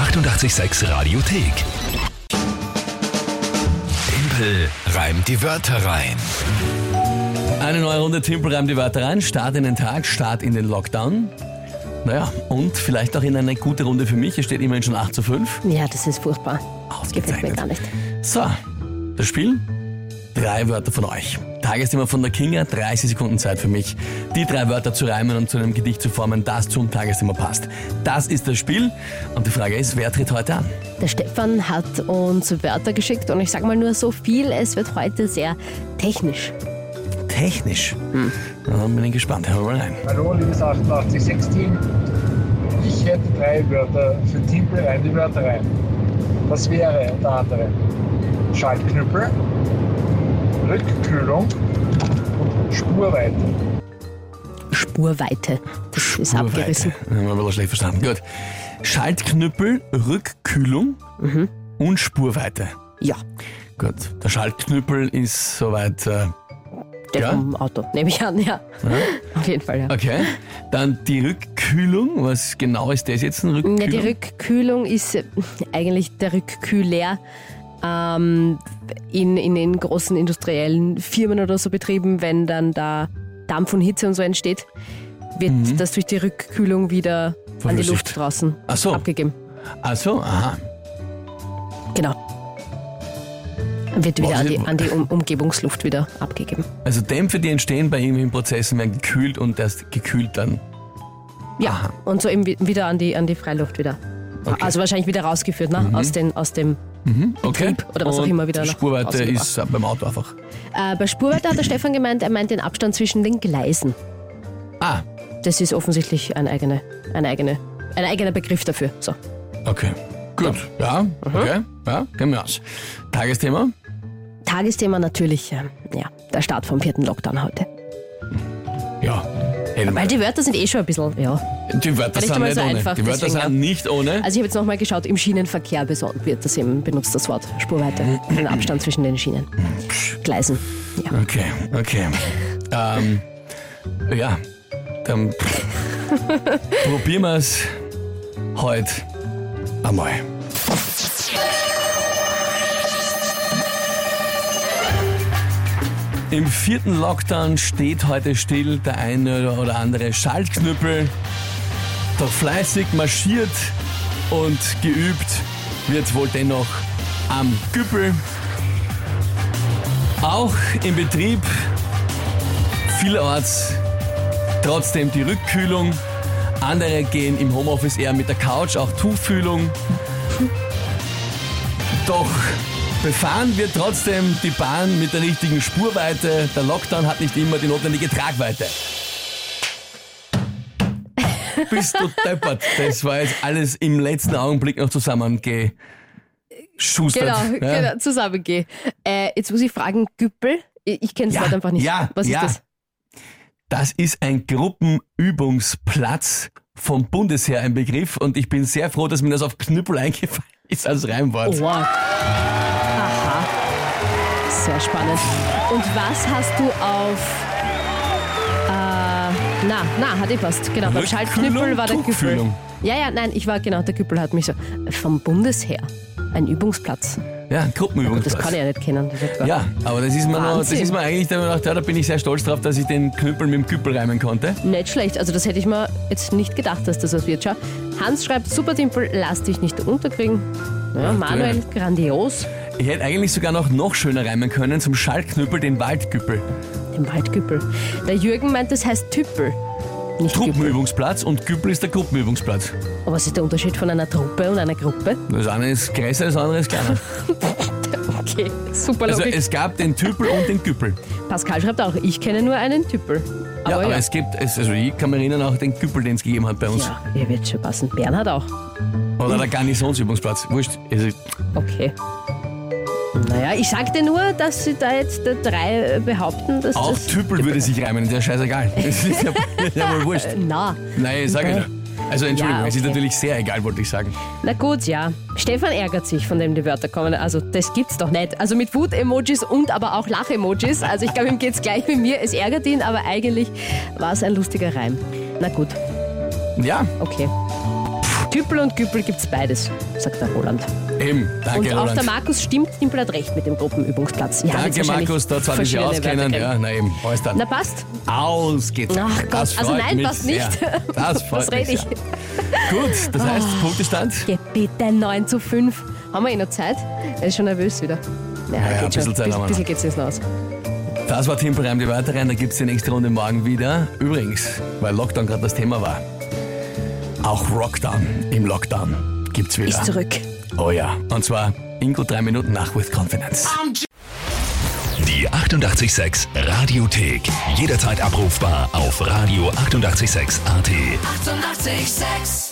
886 Radiothek. Tempel reimt die Wörter rein. Eine neue Runde Tempel reimt die Wörter rein. Start in den Tag, Start in den Lockdown. Naja, und vielleicht auch in eine gute Runde für mich. Es steht immerhin schon 8:5. Ja, das ist furchtbar. Gefällt mir gar nicht. So, das Spiel. 3 Wörter von euch. Tagesthema von der Kinga, 30 Sekunden Zeit für mich, die 3 Wörter zu reimen und zu einem Gedicht zu formen, das zum Tagesthema passt. Das ist das Spiel und die Frage ist, wer tritt heute an? Der Stefan hat uns Wörter geschickt und ich sag mal nur so viel, es wird heute sehr technisch. Technisch? Na, dann bin ich gespannt. Hören wir mal rein. Hallo, liebes 886-Team. Ich hätte 3 Wörter für Tempel rein, die Wörter rein. Das wäre unter anderem Schaltknüppel, Rückkühlung und Spurweite. Spurweite, das ist abgerissen. Haben wir ein bisschen schlecht verstanden. Gut. Schaltknüppel, Rückkühlung und Spurweite. Ja, Gut. Der Schaltknüppel ist soweit... der Ja? vom Auto, nehme ich an, ja. Auf jeden Fall, ja. Okay. Dann die Rückkühlung. Was genau ist das jetzt? Eine Rückkühlung? Ja, die Rückkühlung ist eigentlich der Rückkühler in großen industriellen Firmen oder so betrieben, wenn dann da Dampf und Hitze und so entsteht, wird das durch die Rückkühlung wieder an die Verflüssigt. Luft draußen Ach so. abgegeben. Ach so, aha. Genau. Wird wieder Was an ist- die Umgebungsluft wieder abgegeben. Also Dämpfe, die entstehen bei irgendwelchen Prozessen, werden gekühlt und erst gekühlt dann. Ja, Aha. und so eben wieder an die Freiluft wieder. Okay. Also wahrscheinlich wieder rausgeführt, ne? Aus dem Okay. Betrieb oder was auch Und immer wieder die noch Spurweite rausgebracht. ist beim Auto einfach. Bei Spurweite hat der Stefan gemeint, er meint den Abstand zwischen den Gleisen. Ah, Das ist offensichtlich ein eigener Begriff dafür. So. okay. Gut. Ja, okay. Ja, kennen wir aus. Tagesthema? Tagesthema natürlich, der Start vom 4. Lockdown heute. Ja. Hätten Weil wir. die Wörter sind eh schon ein bisschen, Die Wörter nicht sind einmal nicht so ohne. einfach, Die Wörter deswegen, sind nicht ohne. Also ich habe jetzt nochmal geschaut, im Schienenverkehr wird das eben benutzt, das Wort Spurweite. Den Abstand zwischen den Schienen. Gleisen. Ja. Okay. Ja, dann probieren wir es heute einmal. Im 4. Lockdown steht heute still der eine oder andere Schaltknüppel. Doch fleißig marschiert und geübt wird wohl dennoch am Güppel. Auch im Betrieb vielerorts trotzdem die Rückkühlung. Andere gehen im Homeoffice eher mit der Couch, auch Tuchfühlung. Doch befahren wird trotzdem die Bahn mit der richtigen Spurweite. Der Lockdown hat nicht immer die notwendige Tragweite. Bist du deppert? Das war jetzt alles im letzten Augenblick noch zusammengeschustert. Genau, zusammengehe. Jetzt muss ich fragen, Güppel? Ich kenne das Wort einfach nicht. Was ist das? Das ist ein Gruppenübungsplatz vom Bundesheer, ein Begriff. Und ich bin sehr froh, dass mir das auf Knüppel eingefallen ist als Reimwort. Oh, wow. Aha. Sehr spannend. Und was hast du auf... hat passt. Genau, beim Schaltknüppel war der Güppel. Tuchfühlung. Nein, der Güppel hat mich so... Vom Bundesheer. Ein Übungsplatz. Ja, ein Das Gruppenübungsplatz. kann ich ja nicht kennen. Ja, aber das ist mir Wahnsinn. eigentlich, da bin ich sehr stolz drauf, dass ich den Knüppel mit dem Güppel reimen konnte. Nicht schlecht. Also das hätte ich mir jetzt nicht gedacht, dass das was wird. Schau. Hans schreibt, super Timpel, lass dich nicht unterkriegen. Ja, Manuel, grandios. Ich hätte eigentlich sogar noch schöner reimen können, zum Schaltknüppel den Waldgüppel. Den Waldgüppel. Der Jürgen meint, das heißt Tüppel. Nicht Güppel. Truppenübungsplatz und Güppel ist der Gruppenübungsplatz. Aber was ist der Unterschied von einer Truppe und einer Gruppe? Das eine ist größer, das andere ist kleiner. Okay, super Also logisch. es gab den Tüppel und den Güppel. Pascal schreibt auch, ich kenne nur einen Tüppel. Ja, aber ja. es gibt, also ich kann mich erinnern, auch den Güppel, den es gegeben hat bei uns. Ja, ihr wird schon passen. Bernhard auch. Oder der Garnisonsübungsplatz. Wurscht. Also, Okay. Naja, ich sagte nur, dass sie da jetzt 3 behaupten, dass auch das... Tüppel würde sich reimen, ist ja scheißegal. Das ist ja wohl wurscht. Na, Nein, sag ich Okay. nur. Also Entschuldigung, Ja, es ist okay. natürlich sehr egal, wollte ich sagen. na gut, ja. Stefan ärgert sich, von dem die Wörter kommen. Also das gibt's doch nicht. Also mit Wut-Emojis und aber auch Lach-Emojis. Also ich glaube, ihm geht's gleich wie mir. Es ärgert ihn, aber eigentlich war es ein lustiger Reim. Na gut, Ja, okay. Küppel und Güppel gibt's beides, sagt der Roland. Eben, danke Und auch Roland. der Markus stimmt, Timpel hat recht mit dem Gruppenübungsplatz. Ihr habt Danke wahrscheinlich Markus, da zwar dich verschiedene auskennen. Wörter Ja, na eben, alles dann. Na passt. Aus geht's. Ach Gott, Das also freut nein, mich passt nicht. sehr. Das freut Was mich rede ich? sehr. Gut, das heißt, Punktestand? Geh bitte 9:5. Haben wir noch Zeit? Er ist schon nervös wieder. Ja, ja, geht ein bisschen schon. Zeit haben wir Bisschen geht's jetzt noch aus. Das war Timpel reimt die Wörter rein, da gibt's die nächste Runde morgen wieder. Übrigens, weil Lockdown gerade das Thema war, auch Rockdown im Lockdown gibt's wieder. Ist zurück. Oh ja, und zwar Ingo 3 Minuten nach With Confidence. Die 88,6 Radiothek. Jederzeit abrufbar auf radio886.at. 88,6. Eighty-eight, 6.